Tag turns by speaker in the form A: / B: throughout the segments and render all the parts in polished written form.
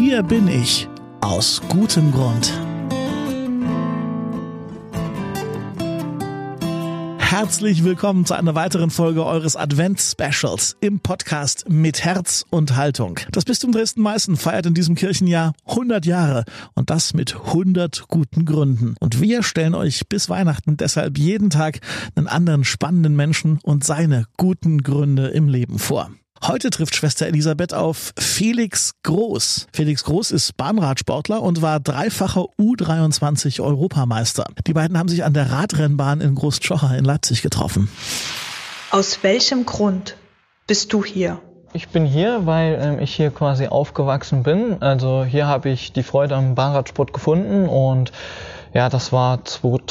A: Hier bin ich, aus gutem Grund. Herzlich willkommen zu einer weiteren Folge eures Advents-Specials im Podcast Mit Herz und Haltung. Das Bistum Dresden-Meißen feiert in diesem Kirchenjahr 100 Jahre und das mit 100 guten Gründen. Und wir stellen euch bis Weihnachten deshalb jeden Tag einen anderen spannenden Menschen und seine guten Gründe im Leben vor. Heute trifft Schwester Elisabeth auf Felix Groß. Felix Groß ist Bahnradsportler und war dreifacher U23-Europameister. Die beiden haben sich an der Radrennbahn in Großtschocher in Leipzig getroffen.
B: Aus welchem Grund bist du hier?
C: Ich bin hier, weil ich hier quasi aufgewachsen bin. Also hier habe ich die Freude am Bahnradsport gefunden und ja, das war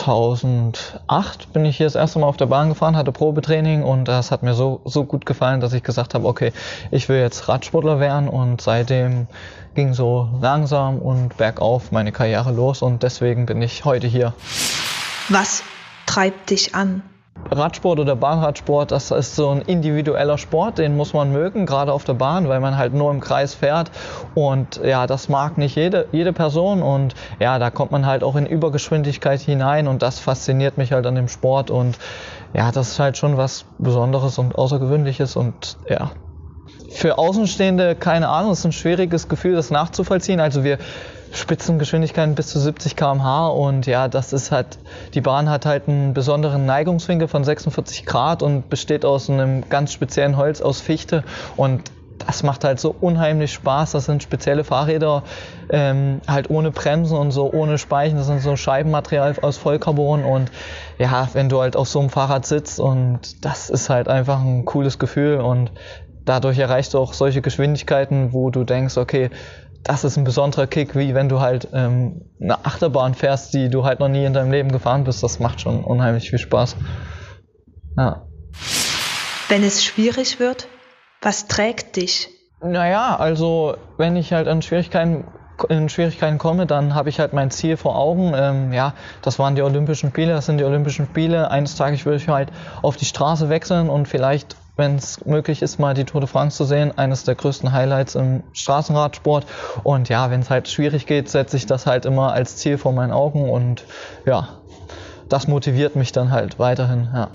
C: 2008, bin ich hier das erste Mal auf der Bahn gefahren, hatte Probetraining und das hat mir so gut gefallen, dass ich gesagt habe, okay, ich will jetzt Radsportler werden und seitdem ging so langsam und bergauf meine Karriere los und deswegen bin ich heute hier.
B: Was treibt dich an?
C: Radsport oder Bahnradsport, das ist so ein individueller Sport, den muss man mögen, gerade auf der Bahn, weil man halt nur im Kreis fährt und ja, das mag nicht jede Person und ja, da kommt man halt auch in Übergeschwindigkeit hinein und das fasziniert mich halt an dem Sport und ja, das ist halt schon was Besonderes und Außergewöhnliches und ja, für Außenstehende, keine Ahnung, es ist ein schwieriges Gefühl, das nachzuvollziehen, also wir Spitzengeschwindigkeiten bis zu 70 km/h und ja, das ist halt, die Bahn hat halt einen besonderen Neigungswinkel von 46 Grad und besteht aus einem ganz speziellen Holz aus Fichte und das macht halt so unheimlich Spaß. Das sind spezielle Fahrräder, halt ohne Bremsen und so ohne Speichen. Das sind so Scheibenmaterial aus Vollcarbon und ja, wenn du halt auf so einem Fahrrad sitzt und das ist halt einfach ein cooles Gefühl und dadurch erreichst du auch solche Geschwindigkeiten, wo du denkst, okay, das ist ein besonderer Kick, wie wenn du halt eine Achterbahn fährst, die du halt noch nie in deinem Leben gefahren bist. Das macht schon unheimlich viel Spaß. Ja.
B: Wenn es schwierig wird, was trägt dich?
C: Naja, also wenn ich halt in Schwierigkeiten komme, dann habe ich halt mein Ziel vor Augen. Ja, das waren die Olympischen Spiele, das sind die Olympischen Spiele. Eines Tages will ich halt auf die Straße wechseln und vielleicht, wenn es möglich ist, mal die Tour de France zu sehen. Eines der größten Highlights im Straßenradsport. Und ja, wenn es halt schwierig geht, setze ich das halt immer als Ziel vor meinen Augen. Und ja, das motiviert mich dann halt weiterhin. Ja.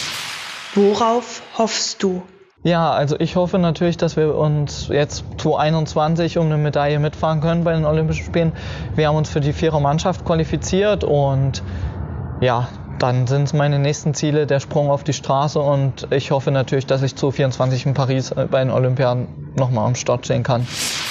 B: Worauf hoffst du?
C: Ja, also ich hoffe natürlich, dass wir uns jetzt 2021 um eine Medaille mitfahren können bei den Olympischen Spielen. Wir haben uns für die Vierermannschaft qualifiziert und ja, dann sind meine nächsten Ziele der Sprung auf die Straße und ich hoffe natürlich, dass ich 2024 in Paris bei den Olympiaden nochmal am Start stehen kann.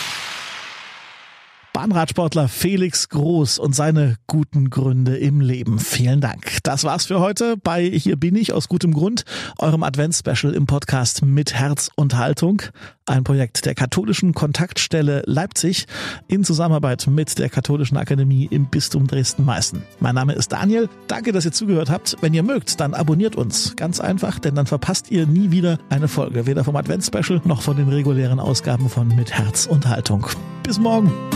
A: Bahnradsportler Felix Groß und seine guten Gründe im Leben. Vielen Dank. Das war's für heute bei Hier bin ich aus gutem Grund, eurem Advents-Special im Podcast Mit Herz und Haltung. Ein Projekt der Katholischen Kontaktstelle Leipzig in Zusammenarbeit mit der Katholischen Akademie im Bistum Dresden-Meißen. Mein Name ist Daniel. Danke, dass ihr zugehört habt. Wenn ihr mögt, dann abonniert uns. Ganz einfach, denn dann verpasst ihr nie wieder eine Folge. Weder vom Advents-Special noch von den regulären Ausgaben von Mit Herz und Haltung. Bis morgen.